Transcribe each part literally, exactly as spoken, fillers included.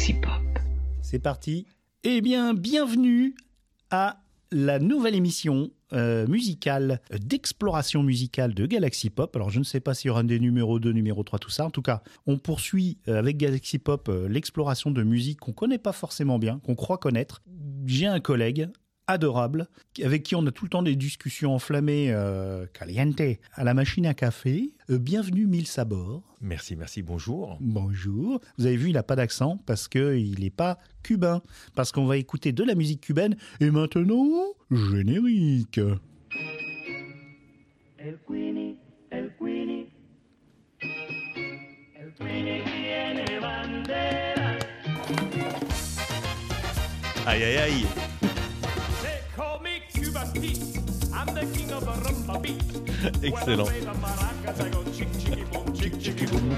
Galaxy Pop. C'est parti. Eh bien, bienvenue à la nouvelle émission euh, musicale d'exploration musicale de Galaxy Pop. Alors, je ne sais pas s'il y aura des numéros deux, numéro trois, tout ça. En tout cas, on poursuit euh, avec Galaxy Pop euh, l'exploration de musique qu'on ne connaît pas forcément bien, qu'on croit connaître. J'ai un collègue adorable, avec qui on a tout le temps des discussions enflammées, euh, caliente, à la machine à café. Euh, bienvenue Mille Sabor. Merci, merci, bonjour. Bonjour. Vous avez vu, il n'a pas d'accent parce qu'il n'est pas cubain. Parce qu'on va écouter de la musique cubaine. Et maintenant, générique. El Queenie, el Queenie, el Queenie tiene bandera. Aïe, aïe, aïe. They call me Cuba's Pete. I'm the king of the rumba beat. Excellent. When I play the maracas, I go chick, chicky, boom, chick, chicky, boom.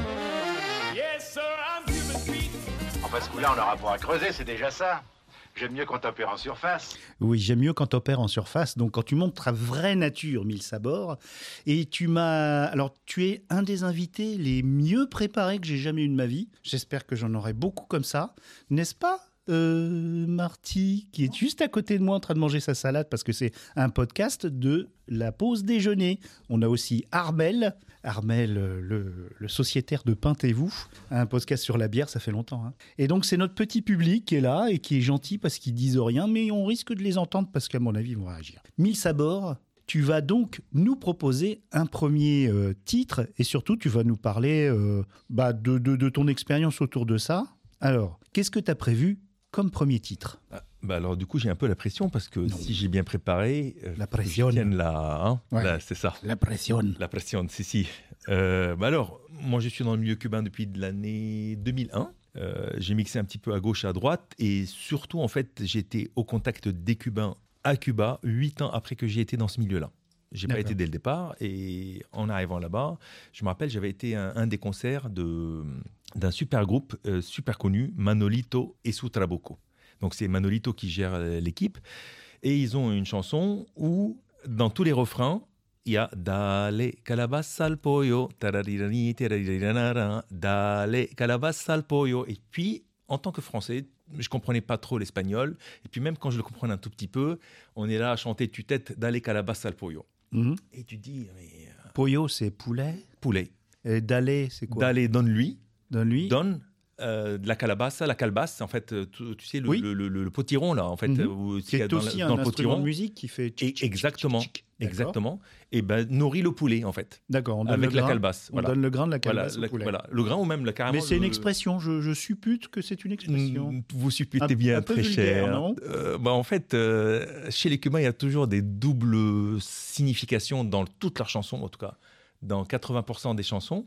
Yes, sir, I'm Cuba's Pete. Enfin, ce coup-là, on n'aura pas à creuser, c'est déjà ça. J'aime mieux quand t'opères en surface. Oui, j'aime mieux quand t'opères en surface. Donc, quand tu montres ta vraie nature, Mille Sabor. Et tu m'as... Alors, tu es un des invités les mieux préparés que j'ai jamais eu de ma vie. J'espère que j'en aurai beaucoup comme ça. N'est-ce pas Euh, Marty, qui est juste à côté de moi en train de manger sa salade parce que c'est un podcast de la pause déjeuner. On a aussi Armel, Armel, le, le sociétaire de Peintez-vous, un podcast sur la bière, ça fait longtemps. Hein. Et donc c'est notre petit public qui est là et qui est gentil parce qu'ils disent rien, mais on risque de les entendre parce qu'à mon avis ils vont réagir. Mille Sabor, tu vas donc nous proposer un premier euh, titre et surtout tu vas nous parler euh, bah, de, de, de ton expérience autour de ça. Alors, qu'est-ce que tu as prévu comme premier titre? Ah, bah alors du coup j'ai un peu la pression parce que non. Si j'ai bien préparé, euh, la pression, là, hein, ouais. Là, c'est ça. La pression, la pression, si si. Euh, bah alors, moi je suis dans le milieu cubain depuis de l'année deux mille un. Euh, j'ai mixé un petit peu à gauche, à droite, et surtout en fait j'étais au contact des Cubains à Cuba huit ans après que j'ai été dans ce milieu-là. J'ai D'accord. pas été dès le départ, et en arrivant là-bas, je me rappelle, j'avais été à un, un des concerts de, d'un super groupe euh, super connu, Manolito et su Trabuco. Donc c'est Manolito qui gère euh, l'équipe, et ils ont une chanson où, dans tous les refrains, il y a « Dale calabaza al pollo, tararirani, tararirana, dale calabaza al pollo ». Et puis, en tant que Français, je comprenais pas trop l'espagnol, et puis même quand je le comprenais un tout petit peu, on est là à chanter « Tu tête, dale calabaza al pollo ». Mmh. Et tu dis, mais... Euh... Pollo, c'est poulet. Poulet. Et d'aller, c'est quoi? D'aller, donne-lui. Donne-lui. Donne euh, de la calabasse. La calebasse, en fait, tu, tu sais, le, oui. le, le, le potiron, là, en fait. Mmh. Où, c'est dans aussi la, un dans le instrument potiron. de musique qui fait... Et, exactement. Exactement. Et ben, nourrit le poulet, en fait. D'accord. On donne avec le la grain, calebasse. On voilà. donne le grain de la calebasse voilà, au poulet. Voilà, le grain ou même la carrément... Mais c'est le... une expression, je, je suppute que c'est une expression. Vous supputez un, bien, un très vulgaire, cher. Non euh, bah, en fait, euh, chez les Cubains, il y a toujours des doubles significations dans toute leur chanson, en tout cas. Dans quatre-vingts pour cent des chansons.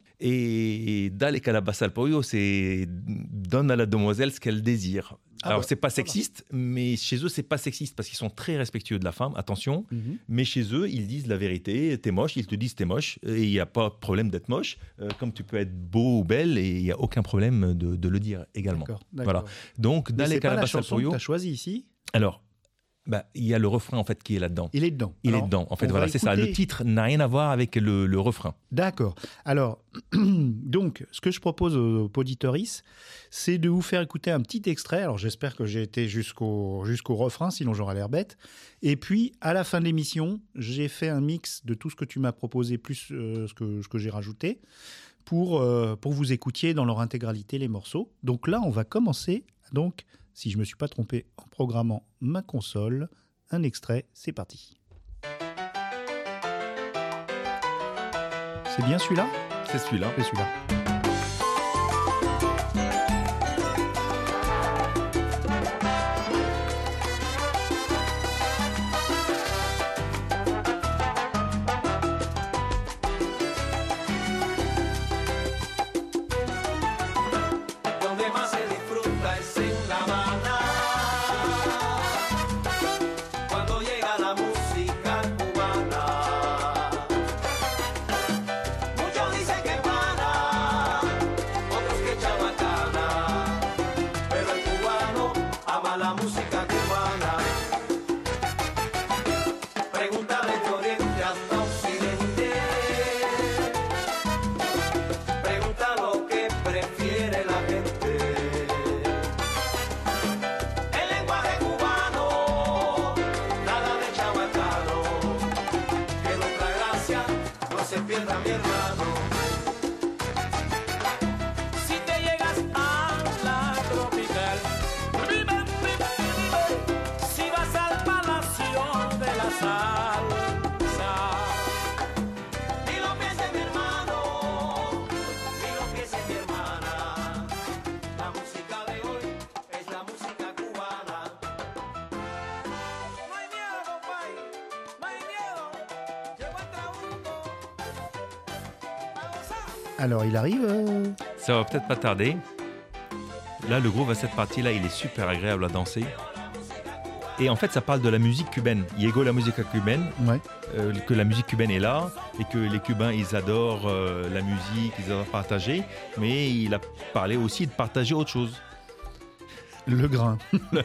Et Dale calabaza al pollo, c'est donne à la demoiselle ce qu'elle désire. Ah Alors, bah, c'est pas sexiste, voilà. Mais chez eux, c'est pas sexiste parce qu'ils sont très respectueux de la femme, attention. Mm-hmm. Mais chez eux, ils disent la vérité. T'es moche, ils te disent t'es moche. Et il n'y a pas de problème d'être moche. Euh, comme tu peux être beau ou belle, et il n'y a aucun problème de, de le dire également. D'accord, d'accord. Voilà. Donc, Dale calabaza al pollo. Que tu as choisi ici. Alors, bah, il y a le refrain en fait qui est là-dedans. Il est dedans. Il Alors, est dedans. En fait, voilà, c'est écouter... ça. Le titre n'a rien à voir avec le, le refrain. D'accord. Alors, donc, ce que je propose aux auditeurs, c'est de vous faire écouter un petit extrait. Alors, j'espère que j'ai été jusqu'au jusqu'au refrain, sinon j'aurais l'air bête. Et puis, à la fin de l'émission, j'ai fait un mix de tout ce que tu m'as proposé plus euh, ce que ce que j'ai rajouté pour euh, pour vous écoutiez dans leur intégralité les morceaux. Donc là, on va commencer. Donc si je ne me suis pas trompé en programmant ma console, un extrait, c'est parti. C'est bien celui-là ? C'est celui-là. C'est celui-là. Muchos dicen que para Alors, il arrive euh, Ça va peut-être pas tarder. Là, le groove à cette partie-là, il est super agréable à danser. Et en fait, ça parle de la musique cubaine. Diego, la musique cubaine, Ouais. euh, que la musique cubaine est là et que les Cubains, ils adorent euh, la musique, ils adorent partager. Mais il a parlé aussi de partager autre chose. Le grain.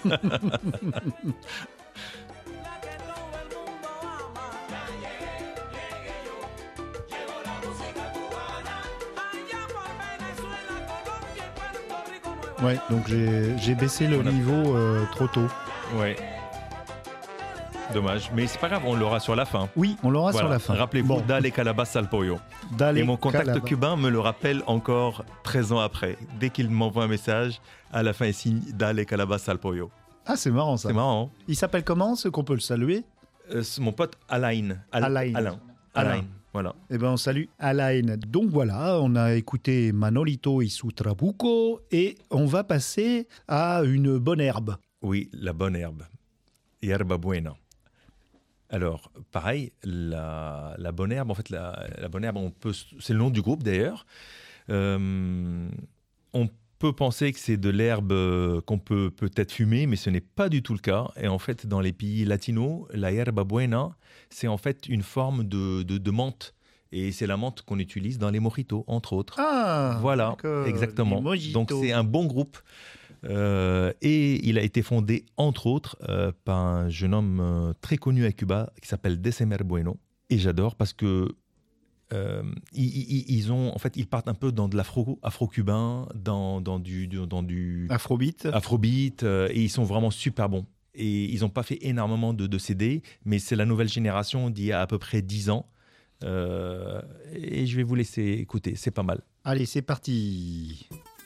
Ouais, donc j'ai j'ai baissé le On a- niveau euh, trop tôt. Ouais. Dommage. Mais c'est pas grave, on l'aura sur la fin. Oui, on l'aura Voilà. sur la fin. Rappelez-vous, Bon, Dale Calabas al Pollo. Dale Et mon contact Calaba. cubain me le rappelle encore treize ans après. Dès qu'il m'envoie un message, à la fin, il signe Dale Calabas al Pollo. Ah, c'est marrant ça. C'est marrant. Hein. Il s'appelle comment, ce qu'on peut le saluer? Euh, c'est mon pote Alain. Al- Alain. Alain. Alain. Alain. Voilà. Eh ben, on salue Alain. Donc voilà, on a écouté Manolito y su Trabuco et on va passer à une bonne herbe. Oui, la bonne herbe. Hierba buena. Alors, pareil, la, la bonne herbe, en fait, la, la bonne herbe, on peut, c'est le nom du groupe d'ailleurs. Euh, on peut penser que c'est de l'herbe euh, qu'on peut peut-être fumer, mais ce n'est pas du tout le cas. Et en fait, dans les pays latinos, la hierba buena, c'est en fait une forme de, de, de menthe. Et c'est la menthe qu'on utilise dans les mojitos, entre autres. Ah, Voilà, d'accord. exactement. Les mojitos. Donc c'est un bon groupe. Euh, et il a été fondé, entre autres, euh, par un jeune homme euh, très connu à Cuba qui s'appelle December Bueno. Et j'adore parce que euh, ils, ils- ils ont, en fait, ils partent un peu dans de l'afro, afro-cubain, dans, dans du, du- dans du Afrobeat. afrobeat, euh, et ils sont vraiment super bons. Et ils n'ont pas fait énormément de, de C D, mais c'est la nouvelle génération d'il y a à peu près dix ans. Euh, et je vais vous laisser écouter, c'est pas mal. Allez, c'est parti.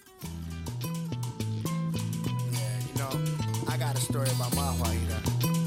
You know, I got a story about my Guajira.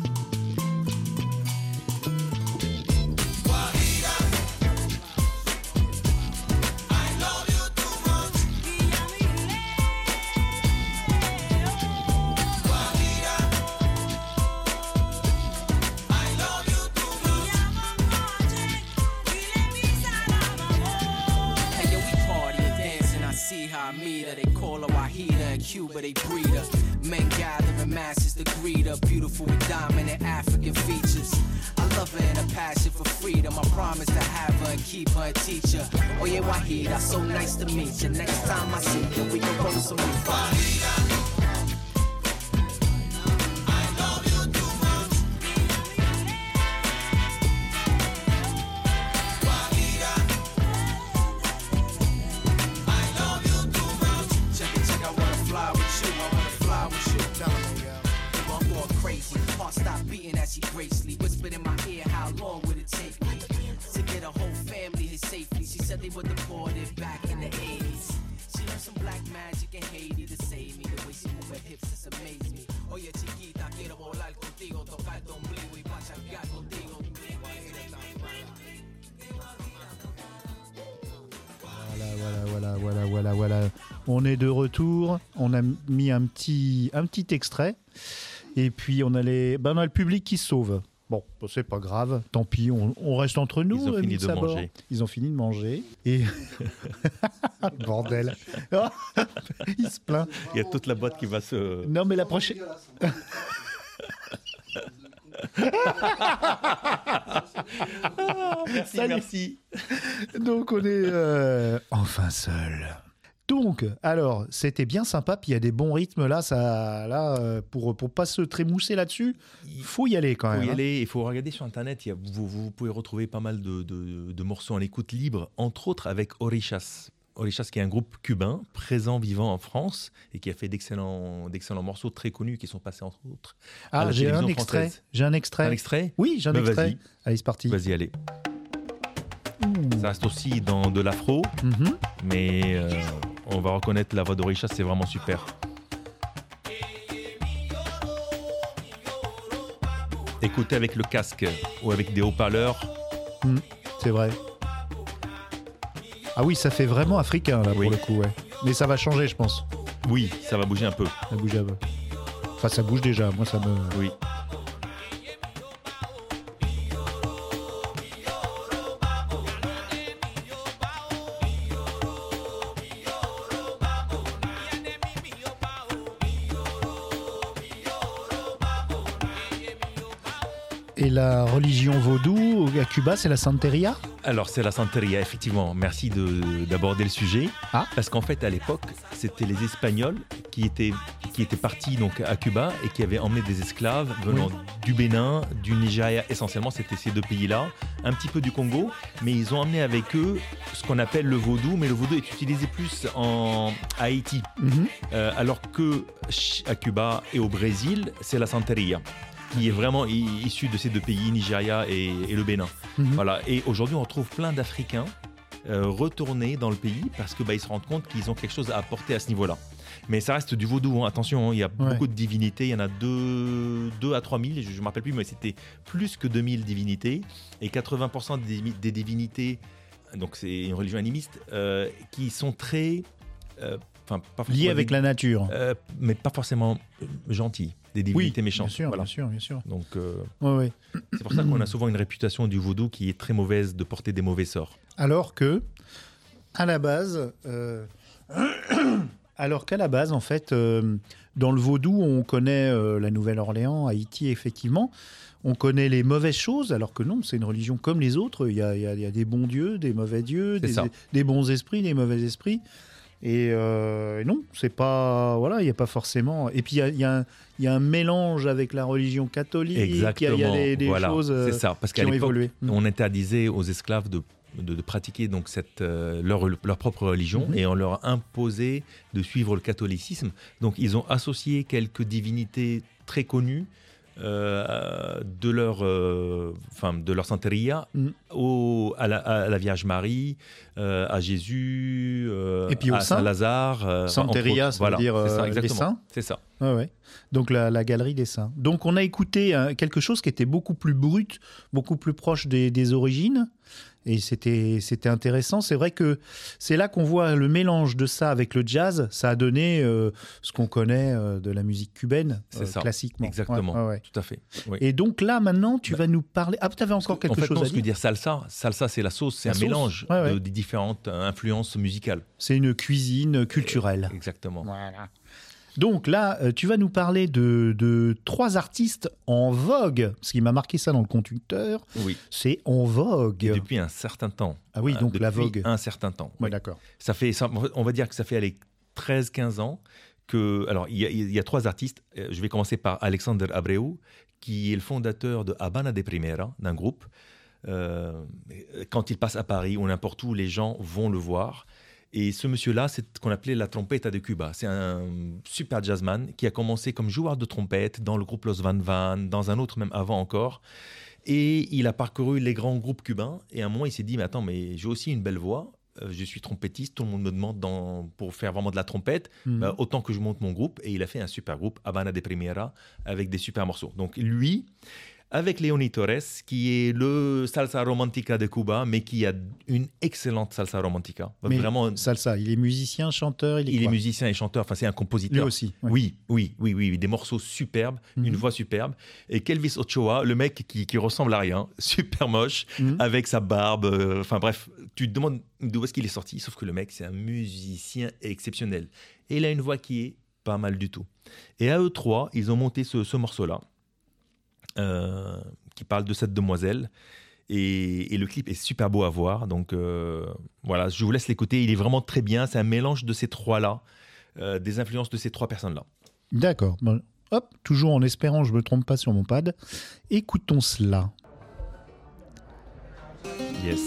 Hey yo, we party and dance and I see how I meet her. They call her Wahida in Cuba, they breed her. Men gather in masses to greet her. Beautiful with dominant African features. I love her and a passion for freedom. I promise to have her and keep her and teach her. Oh yeah, Wahida, so nice to meet you. Next time I see you, we can roll some weed. Check it, check, I wanna fly with you, I wanna fly with you. Tell me, yo. I'm going crazy, heart stop beating as she gracefully whispered in my ear, how long would it take me to get a whole family here safely? She said they were deported back in the eighties. She learned some black magic in Haiti to save me. The way she move her hips just amazed me. Oye chiquita, quiero volar contigo, tocar tu ombligo y pachangar contigo. Voilà, voilà, voilà, voilà, voilà, voilà. On est de retour. On a mis un petit, un petit extrait. Et puis, on a, les, ben, on a le public qui se sauve. Bon, c'est pas grave. Tant pis, on, on reste entre nous. Ils ont euh, fini de Mitsabor. manger. Ils ont fini de manger. Et. Bordel. Il se plaint. Il y a toute la boîte qui va se... Non, mais la prochaine. Merci, Salut. merci. Donc on est euh, enfin seul. Donc, alors, c'était bien sympa, puis il y a des bons rythmes là, ça, là, euh, pour pour pas se trémousser là-dessus, il faut y aller quand Il même. faut y hein. aller, il faut regarder sur Internet. Il y a- vous, vous pouvez retrouver pas mal de, de- de morceaux en écoute libre, entre autres avec Orishas. Orishas, qui est un groupe cubain présent, vivant en France et qui a fait d'excellents, d'excellents morceaux très connus qui sont passés, entre autres, à Ah, la j'ai un télévision extrait. française. J'ai un extrait. Un extrait Oui, j'ai un Ben, extrait. vas-y. Allez, c'est parti. Vas-y, allez. Ça reste aussi dans de l'afro, Mhm. mais euh, on va reconnaître la voix d'Orishas, c'est vraiment super. Écoutez avec le casque ou avec des haut-parleurs. Mm, c'est vrai. Ah oui, ça fait vraiment africain là Oui. pour le coup, ouais. Mais ça va changer, je pense. Oui, ça va bouger un peu. Ça bouge un peu. Enfin, ça bouge déjà. Moi, ça me. Oui. Et la religion vaudou à Cuba, c'est la Santeria? Alors, c'est la Santeria, effectivement. Merci de, d'aborder le sujet. Ah. Parce qu'en fait, à l'époque, c'était les Espagnols qui étaient, qui étaient partis donc, à Cuba et qui avaient emmené des esclaves venant Oui. du Bénin, du Nigeria, essentiellement, c'était ces deux pays-là, un petit peu du Congo, mais ils ont emmené avec eux ce qu'on appelle le vaudou, mais le vaudou est utilisé plus en à Haïti, Mhm. euh, alors que ch- à Cuba et au Brésil, c'est la Santeria, qui est vraiment i- issue de ces deux pays, Nigeria et, et le Bénin. Mhm. Voilà. Et aujourd'hui, on retrouve plein d'Africains euh, retournés dans le pays parce que bah, ils se rendent compte qu'ils ont quelque chose à apporter à ce niveau-là. Mais ça reste du vaudou, hein. Attention, hein, il y a Ouais. beaucoup de divinités, il y en a deux, deux à trois mille, je ne me rappelle plus, mais c'était plus que deux mille divinités. Et quatre-vingts pour cent des, des divinités, donc c'est une religion animiste, euh, qui sont très... euh, enfin, pas Lié forcément avec des- la nature. euh, mais pas forcément euh, gentilles, des divinités méchantes. bien sûr, Voilà. bien sûr, bien sûr. Donc, euh, Ouais, ouais. c'est pour ça qu'on a souvent une réputation du vaudou qui est très mauvaise de porter des mauvais sorts. Alors que, à la base, euh, alors qu'à la base, en fait, euh, dans le vaudou, on connaît euh, la Nouvelle-Orléans, Haïti, effectivement. On connaît les mauvaises choses, alors que non, c'est une religion comme les autres. Il y a, il y a- il y a des bons dieux, des mauvais dieux, C'est des, ça. des bons esprits, des mauvais esprits. Et, euh, et non, c'est pas. Voilà, il n'y a pas forcément. Et puis, il y a, il y a un- il y a un mélange avec la religion catholique. il y a- Exactement. Il y a des, des Voilà, choses euh, c'est ça. Parce qui qu'à ont l'époque, évolué. Mm. on interdisait aux esclaves de, de, de pratiquer donc cette, euh, leur, leur propre religion Mhm. et on leur imposait de suivre le catholicisme. Donc, ils ont associé quelques divinités très connues euh, de leur, euh, enfin, de leur santeria Mm. au, à, la, à la Vierge Marie, euh, à Jésus, euh, Et puis aux à saints. Saint-Lazare. euh, enfin, entre Santeria, autres. ça Voilà, veut dire c'est ça, euh, les exactement. saints. C'est ça. Ouais, ouais. Donc la, la galerie des saints. Donc on a écouté hein, quelque chose qui était beaucoup plus brut, beaucoup plus proche des, des origines. Et c'était c'était intéressant. C'est vrai que c'est là qu'on voit le mélange de ça avec le jazz. Ça a donné euh, ce qu'on connaît euh, de la musique cubaine, C'est euh, ça. classiquement. Exactement. Ouais, ouais, ouais. Tout à fait. Oui. Et donc là, maintenant, tu vas nous parler... Ah, tu avais encore quelque en fait, chose non, à ce que veut dire. dire salsa, salsa c'est la sauce, c'est La un sauce. mélange Ouais, ouais. de, des différentes euh, influences musicales. C'est une cuisine culturelle. Exactement. Voilà. Donc là, euh, tu vas nous parler de, de trois artistes en vogue. Ce qui m'a marqué ça dans le conducteur, Oui. c'est en vogue. Et depuis un certain temps. Ah oui, Euh, donc la depuis vogue. un certain temps. Ouais, oui. d'accord. Ça fait, ça- on va dire que ça fait aller treize quinze ans que. Alors, il y, a- il y a trois artistes. Euh, Je vais commencer par Alexander Abreu, qui est le fondateur de Habana de Primera, d'un groupe. Euh, quand il passe à Paris ou n'importe où, les gens vont le voir. Et ce monsieur-là, c'est ce qu'on appelait la trompeta de Cuba. C'est un super jazzman qui a commencé comme joueur de trompette dans le groupe Los Van Van, dans un autre même avant encore. Et il a parcouru les grands groupes cubains. Et à un moment, il s'est dit, mais attends, mais j'ai aussi une belle voix. Euh, Je suis trompettiste, tout le monde me demande dans- pour faire vraiment de la trompette. Mhm. Bah, autant que je monte mon groupe. Et il a fait un super groupe, Habana de Primera, avec des super morceaux. Donc lui, avec Leoni Torres, qui est le salsa romantica de Cuba, mais qui a une excellente salsa romantica. Mais Vraiment, Salsa, il est musicien, chanteur, il est il est quoi musicien et chanteur, enfin c'est un Lui compositeur. aussi. ouais. Oui, oui, oui, oui, des morceaux superbes, Mhm. une voix superbe. Et Kelvis Ochoa, le mec qui, qui ressemble à rien, super moche, Mhm. avec sa barbe, euh, enfin bref, tu te demandes d'où est-ce qu'il est sorti, sauf que le mec c'est un musicien exceptionnel. Et il a une voix qui est pas mal du tout. Et à eux trois, ils ont monté ce, ce morceau-là, euh, qui parle de cette demoiselle. Et, et le clip est super beau à voir. Donc euh, voilà, je vous laisse l'écouter. Il est vraiment très bien. C'est un mélange de ces trois-là, euh, des influences de ces trois personnes-là. D'accord. Bon, hop, toujours en espérant, je me trompe pas sur mon pad. Écoutons cela. Yes.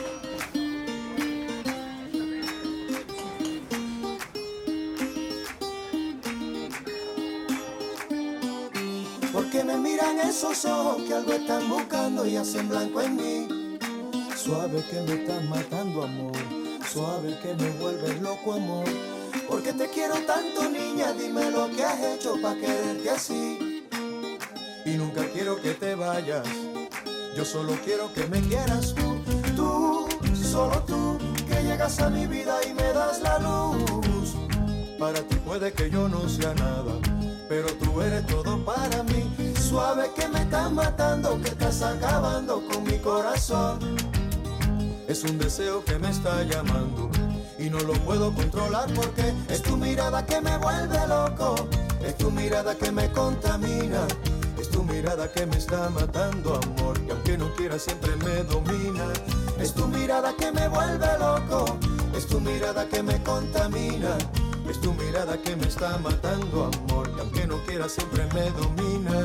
Porque me miran esos ojos que algo están buscando y hacen blanco en mí. Suave que me estás matando, amor. Suave que me vuelves loco, amor. Porque te quiero tanto, niña, dime lo que has hecho para quererte así. Y nunca quiero que te vayas. Yo solo quiero que me quieras tú. Tú, solo tú, que llegas a mi vida y me das la luz. Para ti puede que yo no sea nada, pero tú eres todo para mí. Suave que me estás matando, que estás acabando con mi corazón. Es un deseo que me está llamando y no lo puedo controlar porque es tu mirada que me vuelve loco. Es tu mirada que me contamina. Es tu mirada que me está matando, amor, y aunque no quiera siempre me domina. Es tu mirada que me vuelve loco, es tu mirada que me contamina. Es tu mirada que me está matando, amor, y aunque no quiera siempre me domina.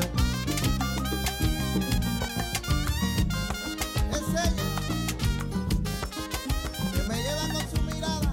Es ella que me lleva con su mirada.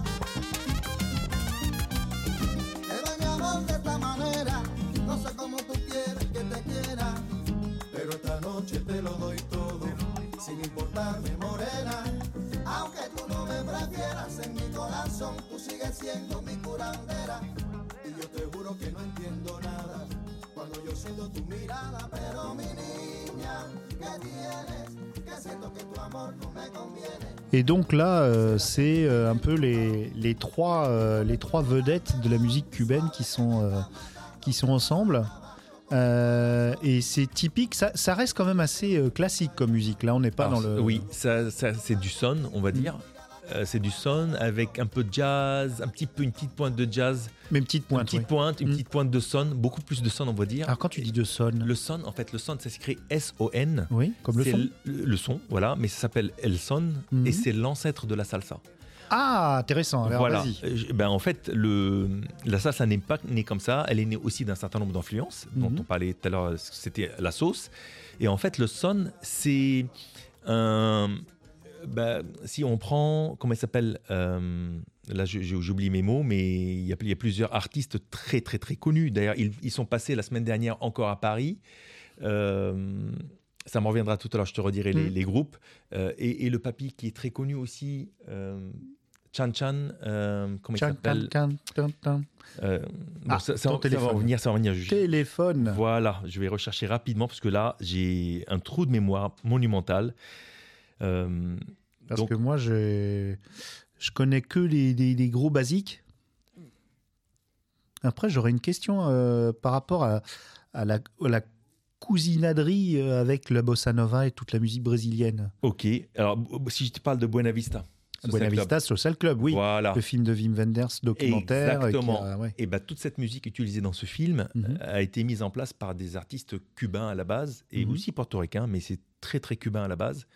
Te doy mi amor de esta manera, no sé cómo tú quieres que te quiera, pero esta noche te lo doy todo, sin importarme morena. Aunque tú no me prefieras, en mi corazón tú sigues siendo mi curandera. Y yo te juro que no entiendo nada cuando yo siento tu mirada. Pero mi niña, ¿qué tienes? Que siento que tu amor no me conviene. Et donc là, euh, c'est euh, un peu les, les, trois, euh, les trois vedettes de la musique cubaine qui sont, euh, qui sont ensemble. Euh, et c'est typique, ça, ça reste quand même assez euh, classique comme musique. Là, on n'est pas Alors, dans le. Oui, ça, ça, c'est du son, on va dire. Euh, c'est du son avec un peu de jazz, un petit peu une petite pointe de jazz, Mais une petite pointe. une petite oui. pointe, une Mm. petite pointe de son, beaucoup plus de son, on va dire. Alors quand tu dis de son, Le son, en fait, le son, ça s'écrit S O N. oui, comme le C'est son. le, le son, voilà, mais ça s'appelle El Son Mhm. et c'est l'ancêtre de la salsa. Ah, intéressant. Alors voilà. vas-y. Euh, Ben, en fait, le, la salsa n'est pas née comme ça, elle est née aussi d'un certain nombre d'influences, dont Mhm. on parlait tout à l'heure, c'était la sauce. Et en fait, le son, c'est un. Ben, si on prend, comment il s'appelle euh, Là, je- je- j'oublie mes mots, mais il y, a, il y a plusieurs artistes très, très, très connus. D'ailleurs, ils, ils sont passés la semaine dernière encore à Paris. Euh, ça me reviendra tout à l'heure, je te redirai les, Mm. les groupes. Euh, et, et le papy qui est très connu aussi, euh, Chan Chan, euh, comment il Tchan, s'appelle tchan, tchan, tchan. Euh, bon, Ah, ça, ça- ton ça va téléphone. revenir, ça va revenir. Je- Téléphone. Voilà, je vais rechercher rapidement parce que là, j'ai un trou de mémoire monumental. Euh, Parce donc, que moi, j'ai- je connais que les, les- les gros basiques. Après, j'aurais une question euh, par rapport à, à la, à la cousinaderie euh, avec la bossa nova et toute la musique brésilienne. ok. Alors, si je te parle de Buena Vista. Social Buena Club. Vista Social Club, oui. Voilà. Le film de Wim Wenders, documentaire. euh, qui Exactement. a- ouais. Et ben, toute cette musique utilisée dans ce film Mhm. euh, a été mise en place par des artistes cubains à la base et Mhm. aussi portoricains, mais c'est très très cubain à la base.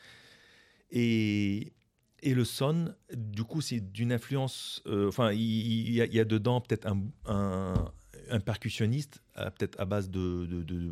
Et, et le son, du coup, c'est d'une influence. euh, Enfin, il il y, a- il y a dedans peut-être un, un, un percussionniste, euh, peut-être à base de, de, de,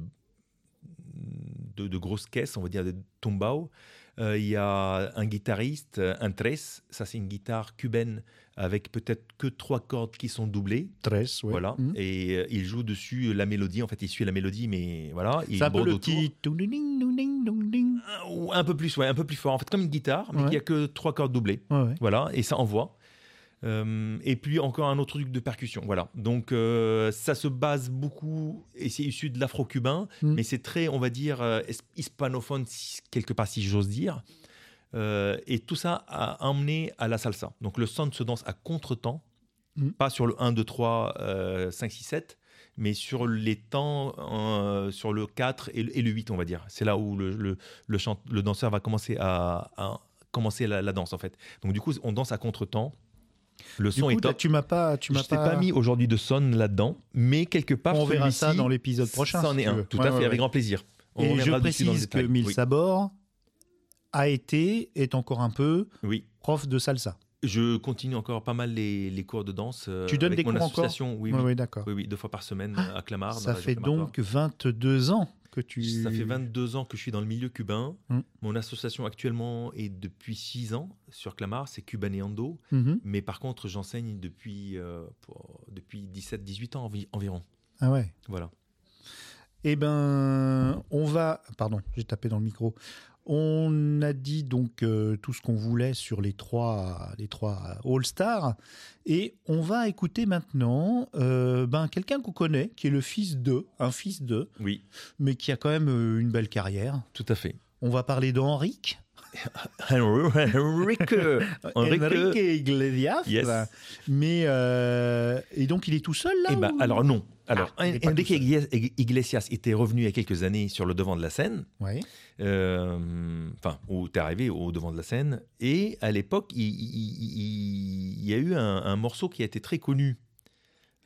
de- de grosses caisses, on va dire de tumbao. Euh, Il y a un guitariste, un tres, ça c'est une guitare cubaine avec peut-être que trois cordes qui sont doublées. Tres, ouais. Voilà. Mhm. Et euh, il joue dessus la mélodie. En fait, il suit la mélodie, mais voilà. Il C'est un peu brode le autour. petit. touding, touding, touding. Un, ou un peu plus, ouais, un peu plus fort. En fait, comme une guitare, mais Ouais. qui a que trois cordes doublées. Ouais, ouais. Voilà. Et ça envoie. Euh, et puis encore un autre truc de percussion. Voilà. Donc euh, ça se base beaucoup, et c'est issu de l'afro-cubain, Mm. mais c'est très, on va dire, euh, es- hispanophone, si- quelque part, si j'ose dire. Euh, et tout ça a emmené à la salsa. Donc le son se danse à contre-temps, Mm. pas sur le un, deux, trois, euh, cinq, six, sept, mais sur les temps, euh, sur le quatre et le, et le huit, on va dire. C'est là où le, le, le, chante- le danseur va commencer à, à commencer la, la danse, en fait. Donc du coup, on danse à contre-temps. Le Du son coup, est là, top. tu m'as pas. Tu Je m'as t'ai pas mis aujourd'hui de son là-dedans, mais quelque part, On verra ça celui-ci, dans l'épisode prochain, C'en si est tu un, veux. tout Ouais, à fait, ouais, avec ouais. grand plaisir. On Et je reviendra dessus dans le précise que détail. Mil Oui. Sabor a été, est encore un peu Oui. prof de salsa. Je continue encore pas mal les, les cours de danse. euh, Tu donnes avec des mon cours encore association, oui, Ouais, oui. ouais, d'accord. Oui, oui, deux fois par semaine à Clamart. dans Ça la fait région Clermont. donc vingt-deux ans que tu... Ça fait vingt-deux ans que je suis dans le milieu cubain. Mm. Mon association actuellement est depuis six ans sur Clamart, c'est Cubaneando. Mhm. Mais par contre, j'enseigne depuis, euh, pour- depuis dix-sept dix-huit ans envi- environ. Ah ouais. Voilà. Eh ben, on va... Pardon, j'ai tapé dans le micro. On a dit donc euh, tout ce qu'on voulait sur les trois, les trois All-Stars. Et on va écouter maintenant euh, ben, quelqu'un qu'on connaît, qui est le fils d'eux, un fils d'eux, Oui, mais qui a quand même euh, une belle carrière. tout à fait. On va parler d'Henrique. Enrique. Enrique. Enrique Iglesias. Yes. Mais euh, et donc il est tout seul là Eh ben, ou- alors non. Alors, Ah, il est pas Enrique tout seul. Iglesias Iglesias était revenu il y a quelques années sur le devant de la scène. Ouais. Euh, enfin, où tu es arrivé au devant de la scène. Et à l'époque, il, il- il- il y a eu un, un morceau qui a été très connu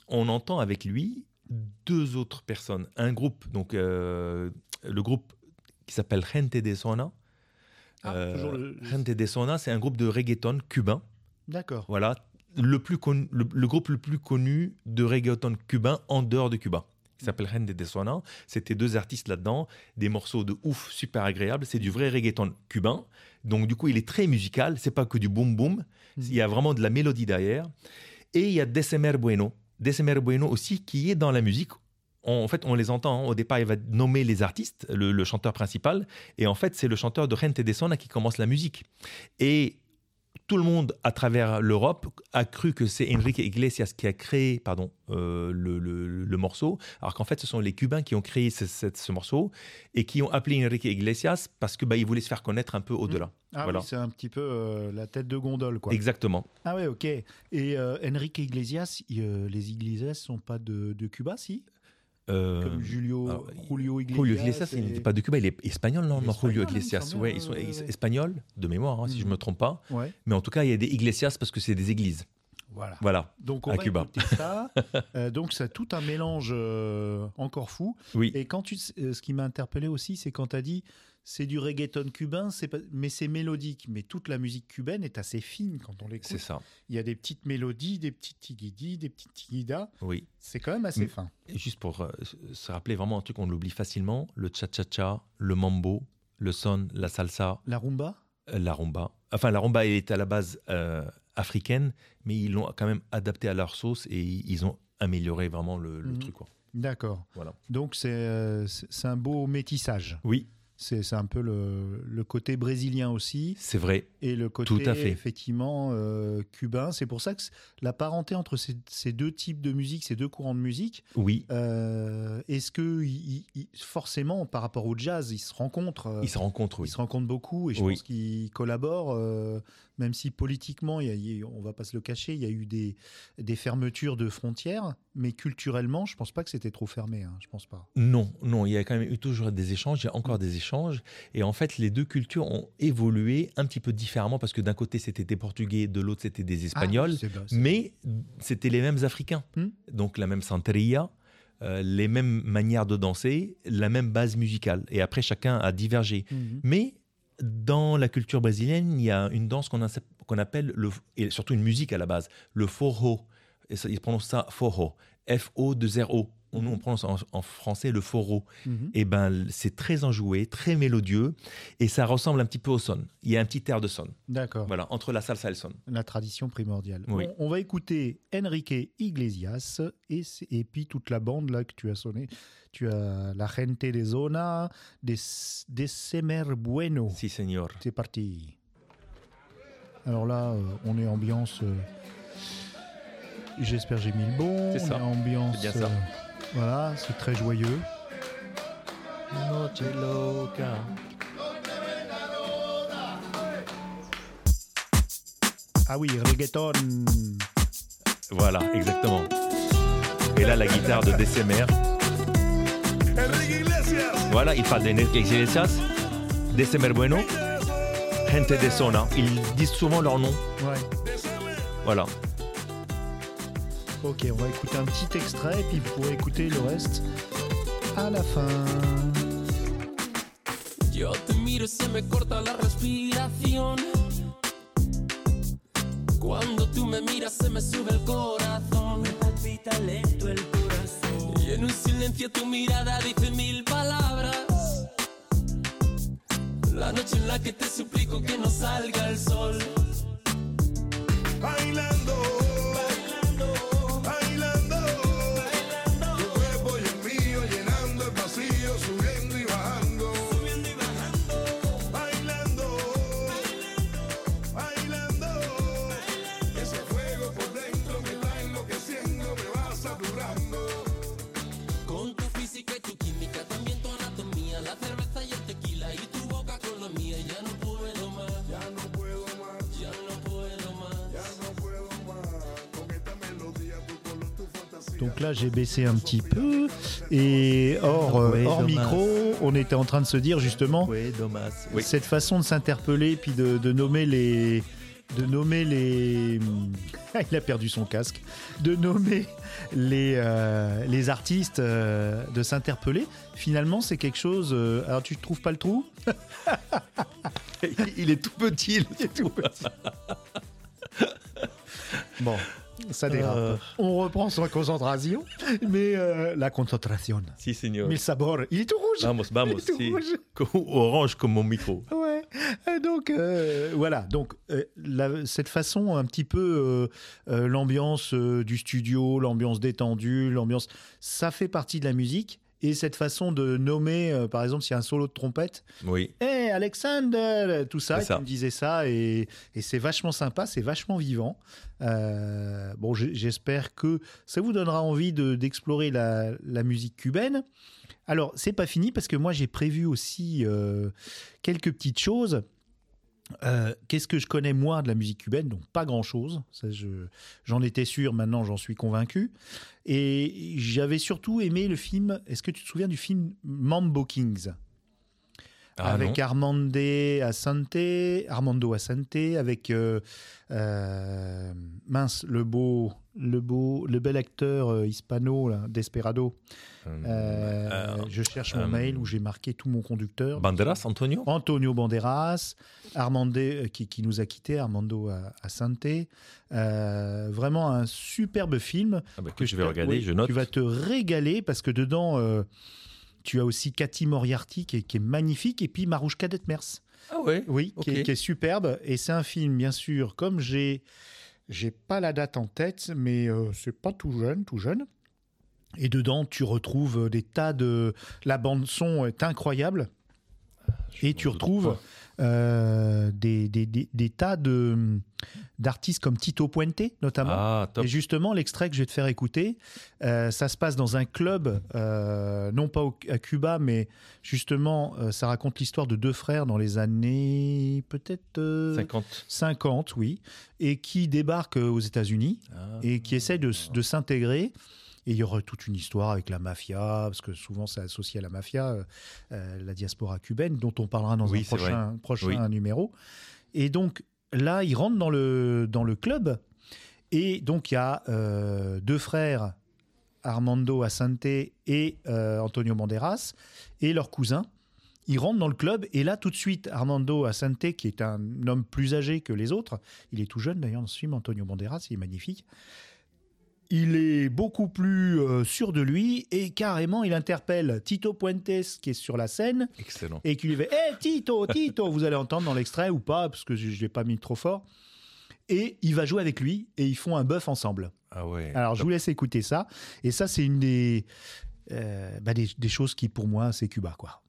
on entend avec lui deux autres personnes. Un groupe, donc euh, le groupe qui s'appelle Gente de Zona. Ah, Euh, toujours le- Gente de Zona, c'est un groupe de reggaeton cubain. D'accord. Voilà, le, plus connu- le, le groupe le plus connu de reggaeton cubain en dehors de Cuba. Il s'appelle Gente de Zona. C'était deux artistes là-dedans, des morceaux de ouf, super agréables. C'est du vrai reggaeton cubain. Donc du coup, il est très musical. C'est pas que du boom boom. Il y a vraiment de la mélodie derrière. Et il y a December Bueno. December Bueno aussi, qui est dans la musique. On- en fait, on les entend. hein. Au départ, il va nommer les artistes, le, le chanteur principal. Et en fait, c'est le chanteur de Gente de Zona qui commence la musique. Et tout le monde, à travers l'Europe, a cru que c'est Enrique Iglesias qui a créé pardon, euh, le, le- le morceau, alors qu'en fait, ce sont les Cubains qui ont créé ce, ce- ce morceau et qui ont appelé Enrique Iglesias parce que bah, ils voulaient se faire connaître un peu au-delà. Ah Voilà. oui, c'est un petit peu euh, la tête de gondole, quoi. Exactement. Ah ouais, ok. Et euh, Enrique Iglesias, il, euh, les Iglesias sont pas de, de Cuba, si Euh, Comme Julio, alors, Julio Iglesias. Julio Iglesias, il et- n'est pas de Cuba, il est espagnol, non, Il est non, Julio espagnol, hein, il me Iglesias. semble Ouais, bien, ils sont ouais, ex- ouais. espagnols, de mémoire, hein, si je ne Mhm. me trompe pas. Ouais, Mais en tout cas, il y a des Iglesias parce que c'est des églises. voilà. Voilà. Donc on À va Cuba. écouter ça. Euh, donc c'est tout un mélange euh, encore fou. Oui. Et quand tu, euh, ce qui m'a interpellé aussi, c'est quand tu as dit c'est du reggaeton cubain, c'est pas, mais c'est mélodique. Mais toute la musique cubaine est assez fine quand on l'écoute. C'est ça. Il y a des petites mélodies, des petites tigidis, des petites tigidas. Oui. C'est quand même assez Mais- fin. Et juste pour euh, se rappeler vraiment un truc, on l'oublie facilement, le cha-cha-cha, le mambo, le son, la salsa, La rumba euh, la rumba. Enfin, la rumba elle est à la base euh, africaine, mais ils l'ont quand même adapté à leur sauce et ils ont amélioré vraiment le, le Mhm. truc. Quoi. D'accord. Voilà. Donc c'est euh, c'est c'est un beau métissage. Oui, C'est c'est un peu le, le côté brésilien aussi c'est vrai. et le côté Tout à fait. effectivement euh, cubain. C'est pour ça que c- la parenté entre ces, ces deux types de musique, ces deux courants de musique, Oui, euh, est-ce que il- il- forcément par rapport au jazz, ils se rencontrent euh, ils se rencontrent, oui. Ils se rencontrent beaucoup et je Oui. pense qu'ils collaborent, euh, même si politiquement, il y a- il y a- on va pas se le cacher, il y a eu des, des fermetures de frontières, mais culturellement, je pense pas que c'était trop fermé. Hein, je pense pas. Non, non, il y a quand même eu toujours des échanges, il y a encore des échanges. Et en fait, les deux cultures ont évolué un petit peu différemment parce que d'un côté, c'était des Portugais, de l'autre, c'était des Espagnols. Ah, c'est bien, c'est- Mais c'était les mêmes Africains. Hmm. Donc la même santeria, euh, les mêmes manières de danser, la même base musicale. Et après, chacun a divergé. Mhm. Mais dans la culture brésilienne, il y a une danse qu'on a- qu'on appelle, le, et surtout une musique à la base, le forró. Et ça, ils prononcent ça forró, F O deux R O. Nous, on prononce en, en français le forró. Mhm. Et ben, c'est très enjoué, très mélodieux, et ça ressemble un petit peu au son. Il y a un petit air de son. D'accord. Voilà, entre la salsa et le son. La tradition primordiale. Oui. On, on va écouter Enrique Iglesias et, c'est- et puis toute la bande là que tu as sonné. Tu as la Gente de Zona, des December Bueno. Si, señor. C'est parti. Alors là, euh, on est ambiance. euh, J'espère que j'ai mis le bon. C'est On ça. est ambiance. C'est bien ça. euh, voilà, c'est très joyeux. Noche loca. Ah oui, reggaeton. Voilà, exactement. Et là, la guitare de D C M R. Voilà, il parle d'Enrique Iglesias, D C M R Bueno, Gente de Zona. Ils disent souvent leur nom. Ouais. Voilà. Ok, on va écouter un petit extrait et puis vous pourrez écouter le reste à la fin. Yo te miro y se me corta la respiración. Cuando tú me miras se me sube el corazón. Me palpita lento el corazón. Y en un silencio tu mirada dice mil palabras. La noche en la que te suplico que no salga el sol. Bailando, bailando, bailando, bailando. Tu cuerpo y el mío llenando el vacío, subiendo y bajando, subiendo y bajando. Bailando, bailando, bailando, bailando. Ese fuego por dentro me está enloqueciendo, me va saturando. Con tu física y tu química, también tu anatomía, la cerveza y el tequila y tu boca con la mía. Ya no puedo más, Ya no puedo más, ya no puedo más. ya no puedo más. Donc là, j'ai baissé un petit peu. Et hors, euh, Ouais, hors dommage. micro, on était en train de se dire justement Oui, dommage. Oui. cette façon de s'interpeller puis de, de nommer les. De nommer les. Il a perdu son casque. De nommer les, euh, les artistes, euh, de s'interpeller. Finalement, c'est quelque chose. euh, Alors, tu ne trouves pas le trou ? Il est tout petit. Il est tout petit. Bon, ça dérape. Euh. On reprend sa concentration. Mais euh, la concentration. Si, señor. Mais le sabor, il est tout rouge. Vamos, vamos. Il est tout Si. rouge. Orange comme mon micro. Ouais. Et donc euh, voilà. Donc euh, la- cette façon un petit peu euh, euh, l'ambiance euh, du studio, l'ambiance détendue, l'ambiance, ça fait partie de la musique. Et cette façon de nommer, euh, par exemple, s'il y a un solo de trompette, Oui. Hey Alexander, tout ça, C'est ça. tu me disais ça, et, et c'est vachement sympa, c'est vachement vivant. Euh, bon, j'ai- j'espère que ça vous donnera envie de- d'explorer la, la musique cubaine. Alors, c'est pas fini parce que moi j'ai prévu aussi euh, quelques petites choses. Euh, Qu'est-ce que je connais moi de la musique cubaine? Donc pas grand-chose. Ça, je- j'en étais sûr, maintenant j'en suis convaincu. Et j'avais surtout aimé le film. Est-ce que tu te souviens du film Mambo Kings? Ah, Avec non. Armando Assante, Armando Assante, avec euh, euh, mince, le beau, le beau, le bel acteur euh, hispano, là, Desperado. Euh, Euh, je cherche mon euh, mail où j'ai marqué tout mon conducteur. Banderas, Antonio. Antonio Banderas, Armando euh, qui, qui nous a quittés, Armando Assante. Euh, vraiment un superbe film Ah bah, que je vais regarder, oui, je note. Tu vas te régaler parce que dedans. euh, tu as aussi Cathy Moriarty qui est, qui est magnifique et puis Marouchka Detmers. Ah ouais. Oui, qui, est, Ok. qui est superbe. Et c'est un film, bien sûr, comme j'ai, j'ai pas la date en tête, mais euh, c'est pas tout jeune, tout jeune. Et dedans, tu retrouves des tas de. La bande son est incroyable. Et tu m'en doute retrouves pas. euh, des, des, des, des tas de d'artistes comme Tito Puente, notamment. Ah, top. Et justement, l'extrait que je vais te faire écouter, euh, ça se passe dans un club, euh, non pas au- à Cuba, mais justement, euh, ça raconte l'histoire de deux frères dans les années peut-être euh, cinquante. cinquante, oui, et qui débarquent euh, aux États-Unis Ah. et qui essaient de, s- de s'intégrer. Et il y aura toute une histoire avec la mafia, parce que souvent c'est associé à la mafia, euh, euh, la diaspora cubaine, dont on parlera dans Oui, un c'est prochain, prochain Oui. numéro. Et donc là, ils rentrent dans le, dans le club, et donc il y a euh, deux frères, Armando Assante et euh, Antonio Banderas, et leur cousin. Ils rentrent dans le club, et là, tout de suite, Armando Assante, qui est un homme plus âgé que les autres, il est tout jeune d'ailleurs dans ce film, Antonio Banderas, il est magnifique. Il est beaucoup plus euh, sûr de lui et carrément il interpelle Tito Puentes qui est sur la scène Excellent. et qui lui fait Hé Tito, Tito, vous allez entendre dans l'extrait ou pas parce que je ne l'ai pas mis trop fort. Et il va jouer avec lui et ils font un bœuf ensemble. Ah ouais. Alors je vous laisse écouter ça. Et ça, c'est une des, euh, bah, des, des choses qui pour moi, c'est Cuba, quoi.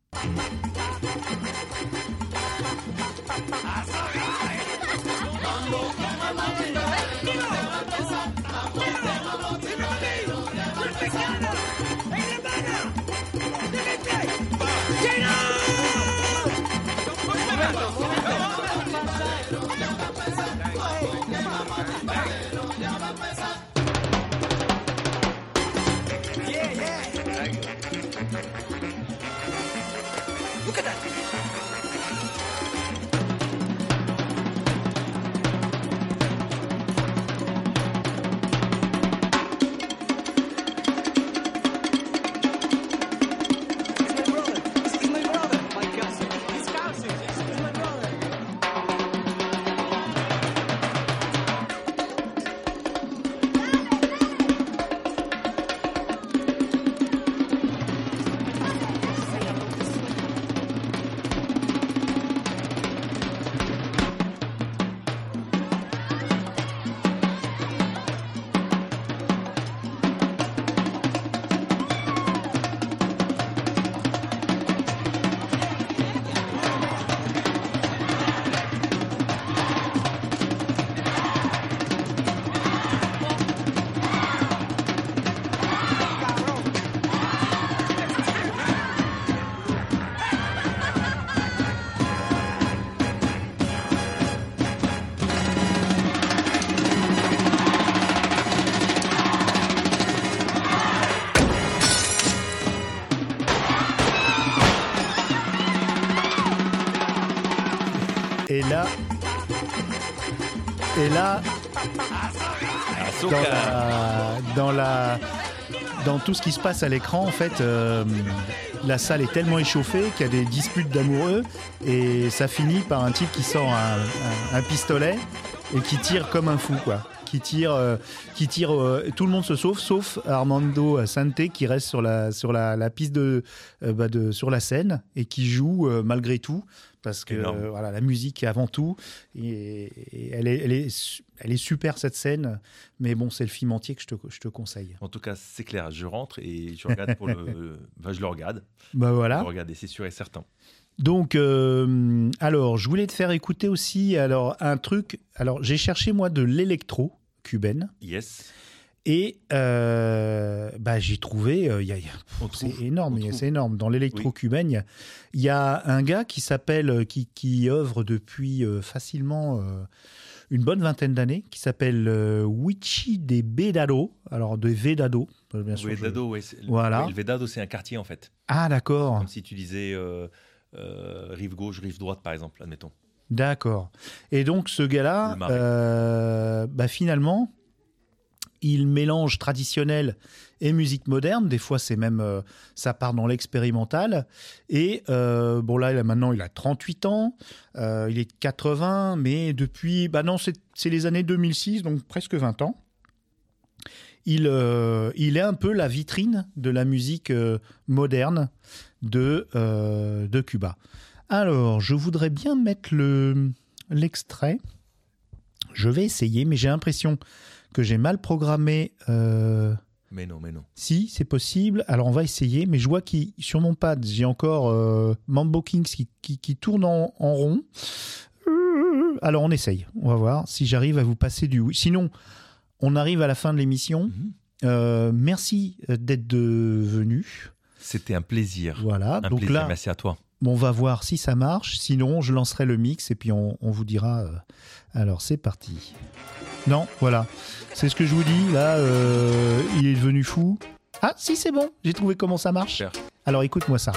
Et là, dans la, dans la, dans tout ce qui se passe à l'écran, en fait, euh, la salle est tellement échauffée qu'il y a des disputes d'amoureux et ça finit par un type qui sort un, un, un pistolet et qui tire comme un fou, quoi. Qui tire, euh, qui tire, euh, tout le monde se sauve, sauf Armando Sante qui reste sur la, sur la, la piste de, euh, bah de, sur la scène et qui joue euh, malgré tout. Parce que euh, voilà, la musique est avant tout et, et elle, est, elle, est, elle est super cette scène, mais bon, c'est le film entier que je te, je te conseille. En tout cas, c'est clair, je rentre et je regarde pour le. Enfin, je le regarde. Bah voilà. Je le regarde et c'est sûr et certain. Donc, euh, alors, je voulais te faire écouter aussi alors, un truc. Alors, j'ai cherché moi de l'électro cubaine. Yes. Et euh, bah, j'ai trouvé, euh, y a, y a, On c'est trouve, énorme, on y a- trouve. c'est énorme. Dans l'électro Oui. cubaine, il y a- il y, a un gars qui s'appelle, qui, qui œuvre depuis euh, facilement euh, une bonne vingtaine d'années, qui s'appelle euh, Wichi de Vedado. Alors de Vedado, euh, bien sûr. je- Vedado, ouais, c'est- Voilà. oui, le Vedado, c'est un quartier en fait. Ah d'accord, Comme si tu disais euh, euh, rive gauche, rive droite, par exemple, admettons. d'accord. Et donc ce gars-là, Le Marais. euh, bah, finalement, il mélange traditionnel et musique moderne. Des fois, c'est même euh, ça part dans l'expérimental. Et euh, bon là, il a, maintenant, il a trente-huit ans. Euh, il est de quatre-vingts, mais depuis, bah non, c'est c'est les années deux mille six, donc presque vingt ans. Il, euh, il est un peu la vitrine de la musique euh, moderne de, euh, de Cuba. Alors, je voudrais bien mettre le, l'extrait. Je vais essayer, mais j'ai l'impression que j'ai mal programmé. euh, Mais non, mais non. Si, c'est possible. Alors, on va essayer, mais je vois que sur mon pad, j'ai encore euh, Mambo Kings qui, qui, qui tourne en, en rond. Euh, Alors, on essaye. On va voir si j'arrive à vous passer du oui. Sinon, on arrive à la fin de l'émission. Mhm. Euh, merci d'être de- venu. C'était un plaisir. Voilà. Un Donc plaisir, là, merci à toi. on va voir si ça marche. Sinon, je lancerai le mix et puis on, on vous dira. euh, Alors, c'est parti. Non, voilà. C'est ce que je vous dis. Là, euh, il est devenu fou. Ah, si, c'est bon. J'ai trouvé comment ça marche. Cher. Alors, écoute-moi ça.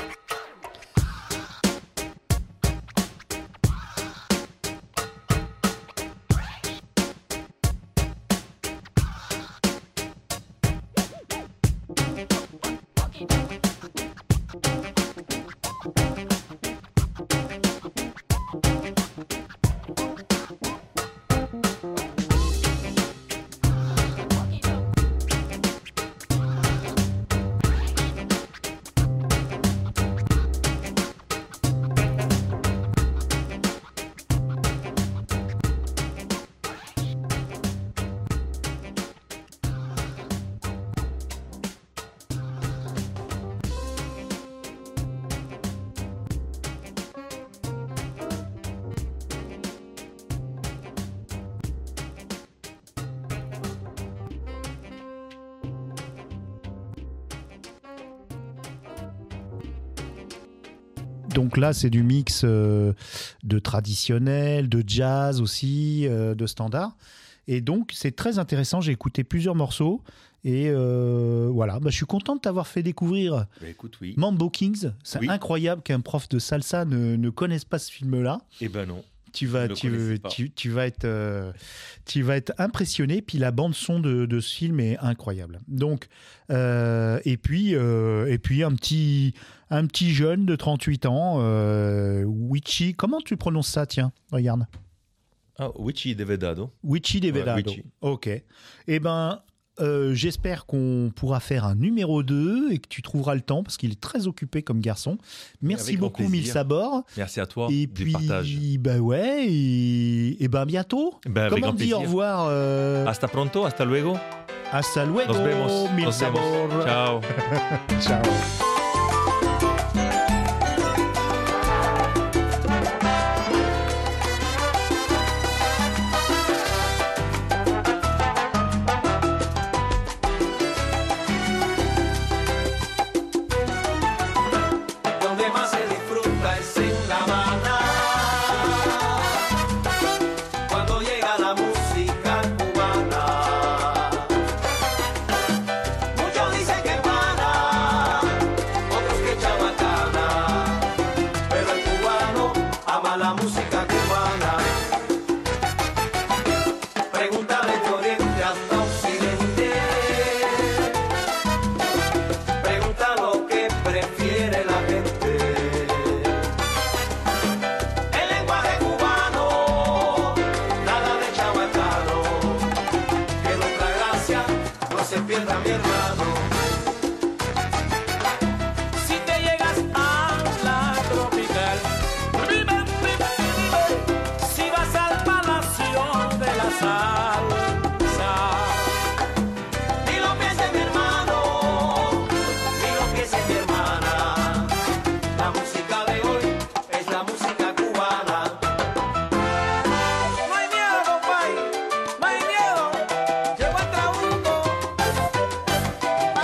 Donc là, c'est du mix euh, de traditionnel, de jazz aussi, euh, de standard. Et donc, c'est très intéressant. J'ai écouté plusieurs morceaux. Et euh, voilà, bah, je suis content de t'avoir fait découvrir Bah, écoute, oui. Mambo Kings. C'est Oui. incroyable qu'un prof de salsa ne, ne connaisse pas ce film-là. Eh ben non. Tu vas, Je le tu, connaissais pas. tu, tu vas être, euh, tu vas être impressionné. Puis la bande son de, de ce film est incroyable. Donc, euh, et puis, euh, et puis un petit, un petit jeune de trente-huit ans, euh, Wichi. Comment tu prononces ça? Tiens, regarde. Ah, Wichi de Vedado. Wichi de Ouais, Vedado. Wichi. Ok. Eh ben, euh, j'espère qu'on pourra faire un numéro deux et que tu trouveras le temps parce qu'il est très occupé comme garçon. Merci Avec grand beaucoup, plaisir. Mille Sabor. Merci à toi Et du puis, partage. bah ouais, et, et ben bientôt. Ben, avec Comment on grand dit au plaisir. revoir euh, Hasta pronto, hasta luego. Hasta luego, Nos vemos. Mil Nos Sabor. vemos. Ciao. Ciao. Donde más se disfruta es en La Habana. Cuando llega la música cubana. Muchos dicen que es pana, otros que chabacana. Pero el cubano ama la música cubana. pierda mi hermano. Si te llegas a la tropical, vive, vive, vive. Si vas al palacio de la salsa, ni lo pienses mi hermano, ni lo pienses mi hermana. La música de hoy es la música cubana. No hay miedo, compay, no hay miedo. Llegó el trabuco.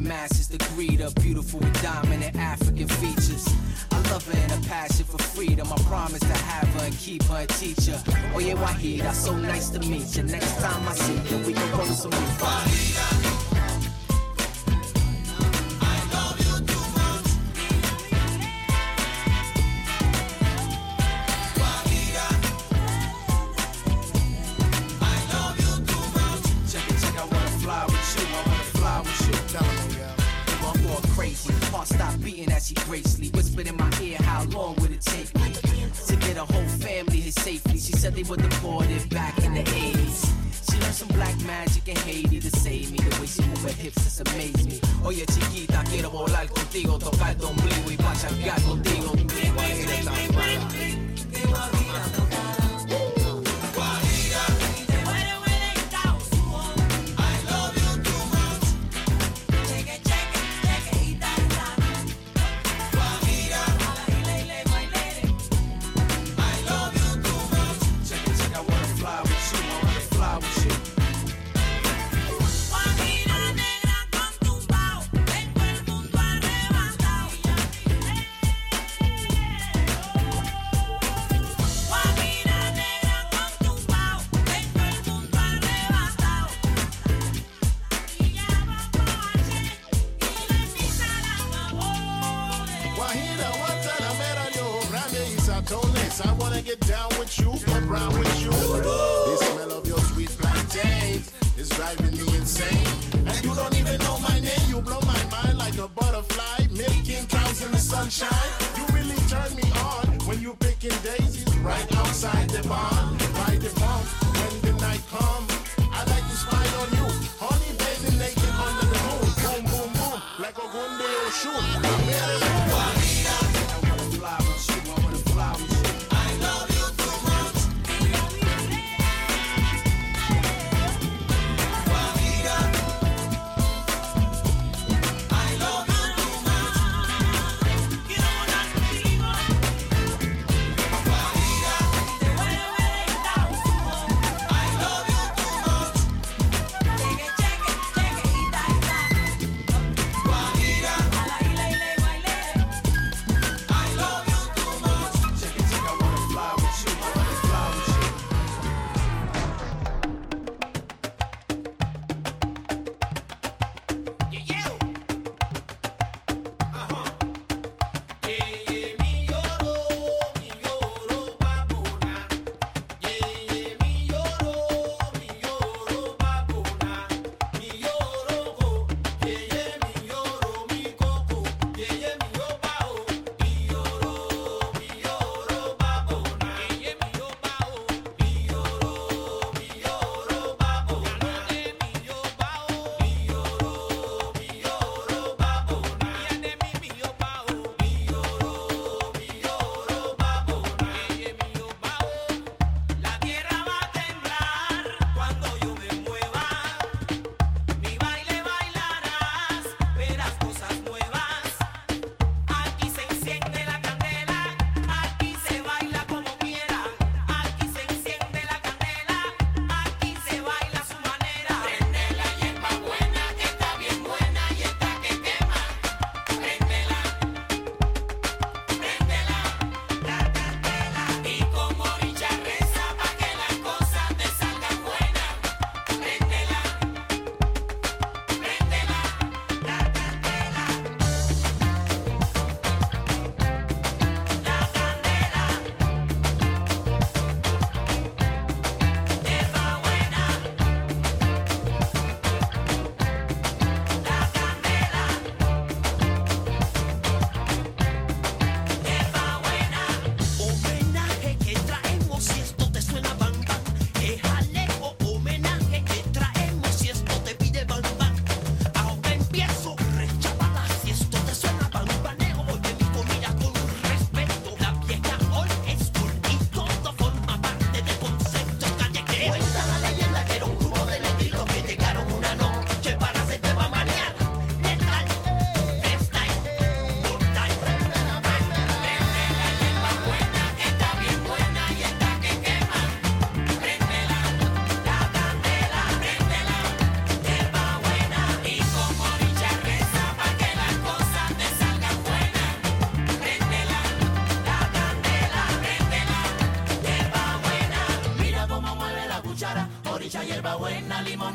masses, the greeter, beautiful with dominant African features. I love her and a passion for freedom. I promise to have her and keep her a teacher. Oye Wahida, so nice to meet you. Next time I see you, we can roll some weed. Wahida. Stop beating as she gracefully whispered in my ear, how long would it take me to get a whole family here safely? She said they were deported back in the eighties. She learned some black magic in Haiti to save me. The way she move her hips just amazed me. Oye chiquita, quiero volar contigo, tocar tu ombligo y pachangar contigo. I wanna get down with you, get round with you. The smell of your sweet plantains is driving me insane. And you don't even know my name, you blow my mind like a butterfly, milking cows in the sunshine. You really turn me on when you picking daisies right outside the barn. By the pump, when the night comes, I like to spy on you. Honey baby naked under the moon, boom, boom, boom, like a gunde or shoot. I'm ready. I wanna fly with you, I wanna fly with you. Check it, check it, check it, check it,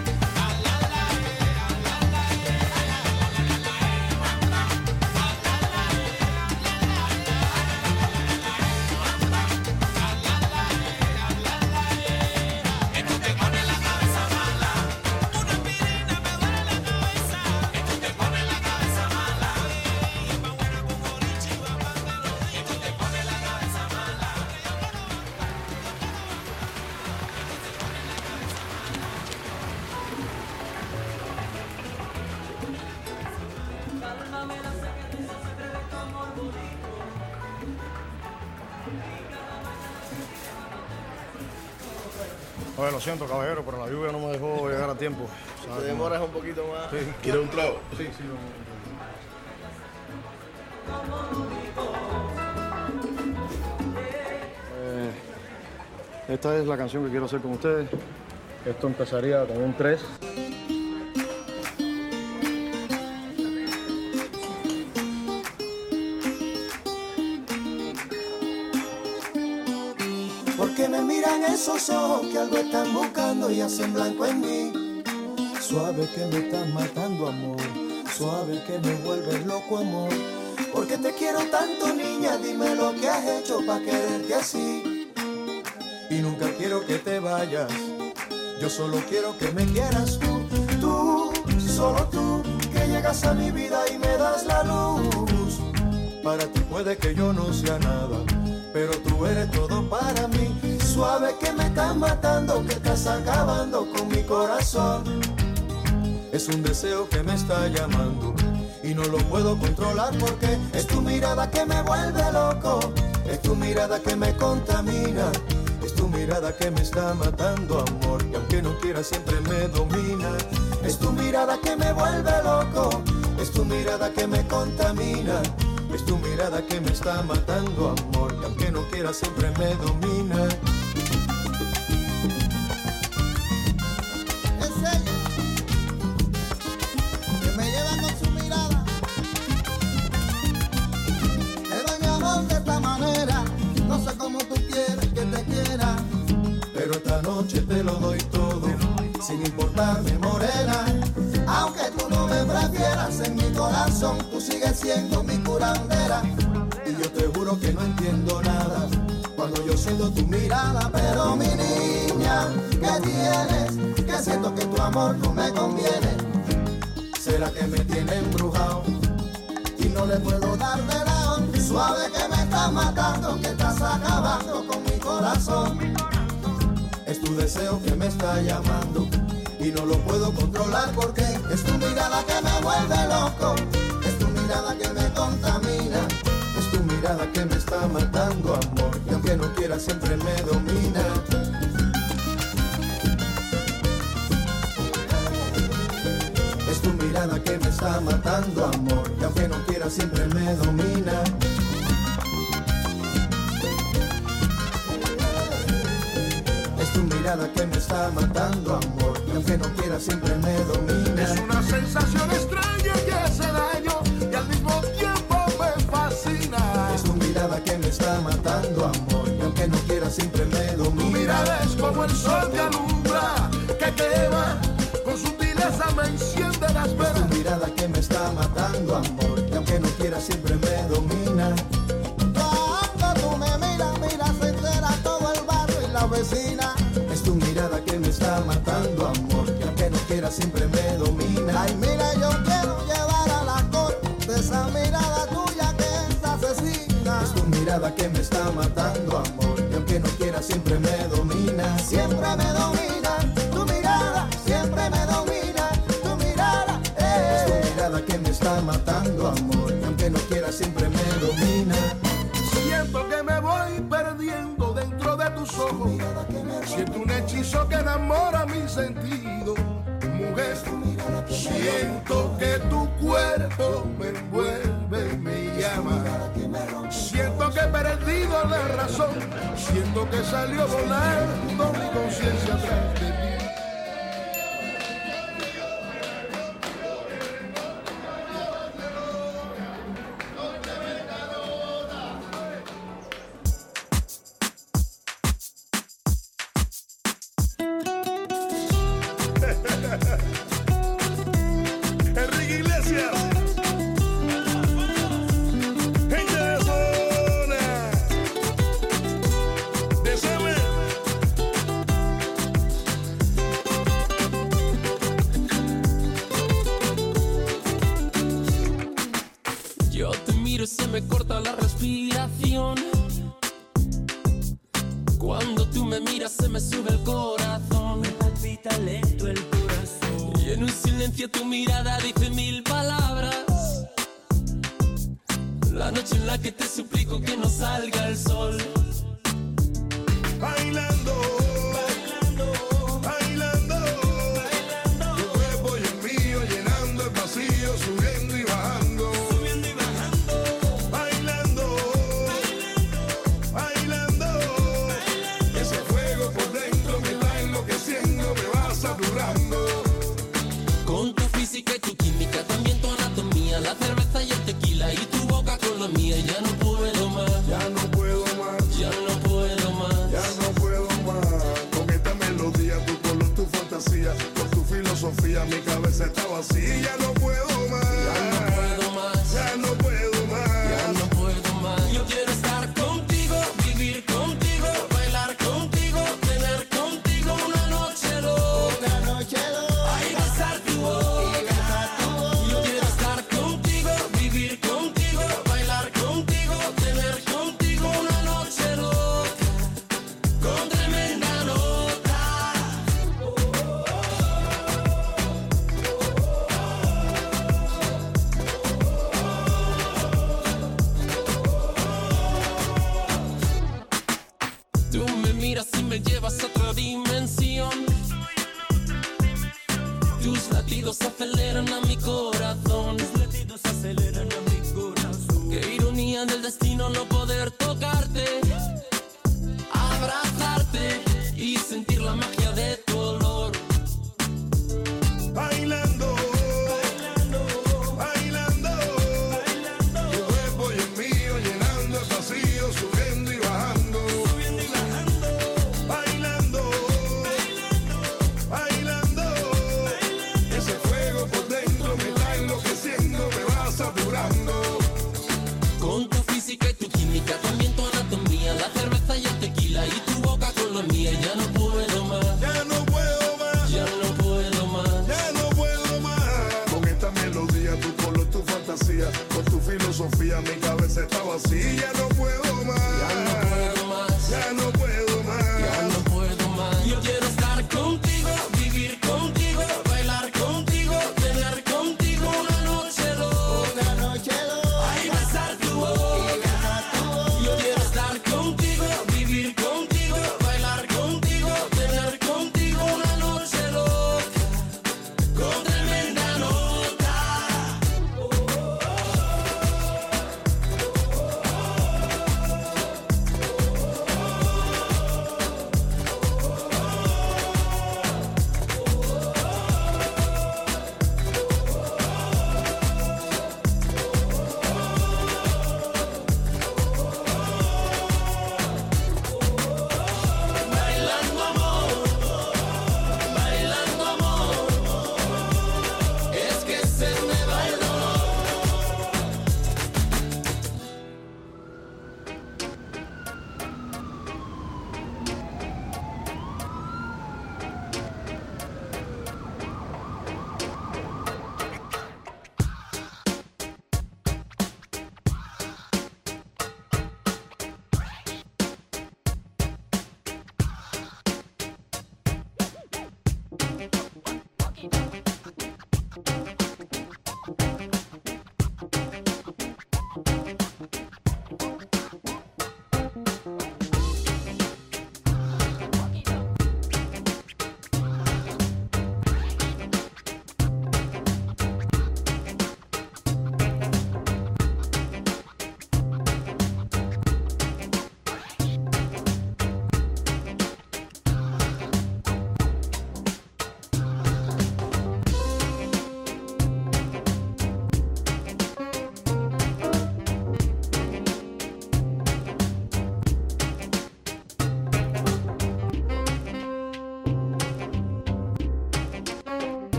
Oye, lo siento, caballero, pero la lluvia no me dejó llegar a tiempo. Te demoras un poquito más. Sí. ¿Quieres un trago? Sí, sí. Eh, esta es la canción que quiero hacer con ustedes. Esto empezaría con un tres. Porque me miran esos ojos que algo están buscando y hacen blanco en mí. Suave que me estás matando, amor. Suave que me vuelves loco, amor. Porque te quiero tanto, niña, dime lo que has hecho pa' quererte así. Y nunca quiero que te vayas, yo solo quiero que me quieras tú. Tú, solo tú, que llegas a mi vida y me das la luz. Para ti puede que yo no sea nada, pero tú eres todo para mí. Suave que me estás matando, que estás acabando con mi corazón. Es un deseo que me está llamando y no lo puedo controlar porque es tu mirada que me vuelve loco. Es tu mirada que me contamina. Es tu mirada que me está matando, amor, y aunque no quiera siempre me domina. Es tu mirada que me vuelve loco. Es tu mirada que me contamina. Es tu mirada que me está matando, amor, y aunque no quiera siempre me domina. Es ella que me lleva con su mirada. Te doy mi amor de esta manera. No sé cómo tú quieres que te quiera, pero esta noche te lo doy todo. corazón, tú sigues siendo mi curandera. Y yo te juro que no entiendo nada cuando yo siento tu mirada. Pero mi niña, ¿qué tienes? Que siento que tu amor no me conviene. ¿Será que me tiene embrujado? Y no le puedo dar de lado. Suave que me estás matando, que estás acabando con mi corazón. Es tu deseo que me está llamando y no lo puedo controlar porque es tu mirada que me vuelve loco. Es tu mirada que me contamina. Es tu mirada que me está matando, amor. Y aunque no quiera siempre me domina. Es tu mirada que me está matando, amor. Y aunque no quiera siempre me domina. Es tu mirada que me está matando, amor. Y aunque no quiera siempre me domina. Es una sensación extraña que hace daño y al mismo tiempo me fascina. Es tu mirada que me está matando, amor. Y aunque no quiera siempre me domina. Tu mirada es como el sol que alumbra, que quema, con sutileza me enciende las venas. Es tu mirada que me está matando, amor. Y aunque no quiera siempre me domina. Cuando tú me miras, miras, se entera todo el barrio y la vecina. Es tu mirada que me está matando, amor. Y aunque no quiera siempre me domina. Ay, mira, yo quiero llevar a la corte esa mirada tuya que es asesina. Es tu mirada que me está matando, amor. Y aunque no quiera siempre me domina. Siempre me domina tu mirada, siempre me domina tu mirada. Eh. Es tu mirada que me está matando, amor. Y aunque no quiera siempre me domina. Siento que me voy perdiendo dentro de tus ojos. Siento un hechizo que enamora mi sentido. Mujer, siento que tu cuerpo me envuelve y me llama. Siento que he perdido la razón. Siento que salió volando mi conciencia atrás de ti. Enrique Iglesias, gente de zona, de saber. Yo te miro y se me corta la respiración. Cuando tú me miras se me sube el corazón. Me palpita lento el corazón. Y en un silencio tu mirada dice mil palabras. La noche en la que te suplico que no salga el sol. Bailando, bailando, bailando, bailando. Tu cuerpo y el mío llenando el vacío, subiendo y bajando, subiendo y bajando. Bailando, bailando, bailando, bailando. Ese fuego por dentro me está enloqueciendo, me va saturando. Con tu física y tu química, también tu anatomía, la cerveza y el tequila y tu boca con la mía. Ya no puedo más, ya no puedo más, ya no puedo más, ya no puedo más. Con esta melodía, tu color, tu fantasía, con tu filosofía, mi cabeza está vacía. Ya no puedo más, ya no puedo más, ya no puedo más, ya no puedo más. Yo quiero estar contigo, vivir contigo, bailar contigo, tener contigo una noche loca, una noche loca. Ay, besar tu boca. Yo quiero estar contigo, vivir contigo, bailar contigo, tener contigo una noche loca, con tremenda nota. Tú me miras y me llevas a otra dimensión. Tus latidos aceleran a mi corazón. Tus latidos aceleran a mi corazón. Qué ironía del destino no poder tocarte, abrazarte y sentir la magia de tu olor. Bailando, bailando, bailando, bailando. Tu cuerpo y el mío llenando el vacío, subiendo y bajando, subiendo y bajando. Bailando, bailando, bailando, bailando. Ese fuego por dentro me está enloqueciendo, me va a saber. fantasía. Con tu filosofía mi cabeza está vacía. Ya no puedo más. Ya no puedo más. Ya no puedo más. Ya no puedo más. Yo quiero estar contigo, vivir contigo, bailar contigo, tener contigo una noche loca. Una noche loca. Ay, besar tu boca. Yo quiero estar contigo, vivir contigo, bailar contigo, tener contigo una noche loca. Con tremenda nota.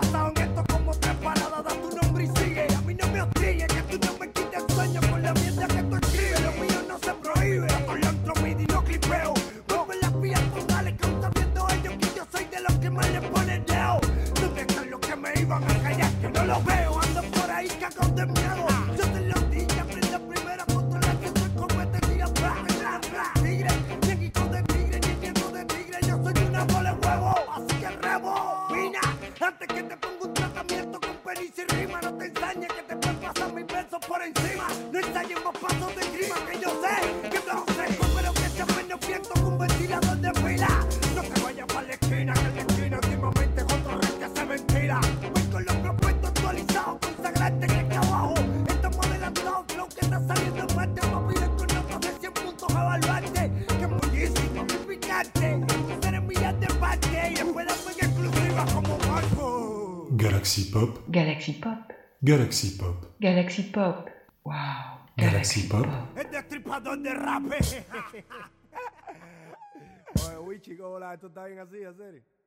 pasado en esto como tres paradas. Da tu nombre y sigue. A mí no me hostigues, que tú no me quites el sueño con la mierda que tú escribes. Lo mío no se prohíbe. Con la entro midi no clipeo. Mueve las vías totales que están viendo ellos que yo soy de los que más les ponen dedo. ¿Dónde están los que me iban a callar? Que no los veo, ando por ahí cagón de miedo. Yo te lo dije, aprende primero a controlar que soy competencia. Bla, bla, bla. Tigre, ni hijo de tigre, ni nieto de tigre. Yo soy una bola de huevo, así que rebo. Vina, antes que te ponga un tratamiento con pericia y rima, no te ensañes que te pueden pasar mis versos por encima. No ensayen más pasos de grima que yo sé, que no sé, pero que se menos viento con un ventilador de pila. No te vayas para la esquina, que en la esquina últimamente es otro rey que se ventila. Voy con los propuestos actualizados, consagrante que aquí abajo. Estamos adelantados, flow que está saliendo en Marte. Vamos a ir con notas de cien puntos a evaluarte. Que es muchísimo, muy picante. Seré millas de parte y después dame en exclusiva como Marco. Galaxy Pop. Galaxy Pop. Galaxy Pop. Galaxy Pop. Wow. Galaxy Pop. El destripador de rap. Oye, Wichi, ¿cómo la? Esto está bien así, en serio.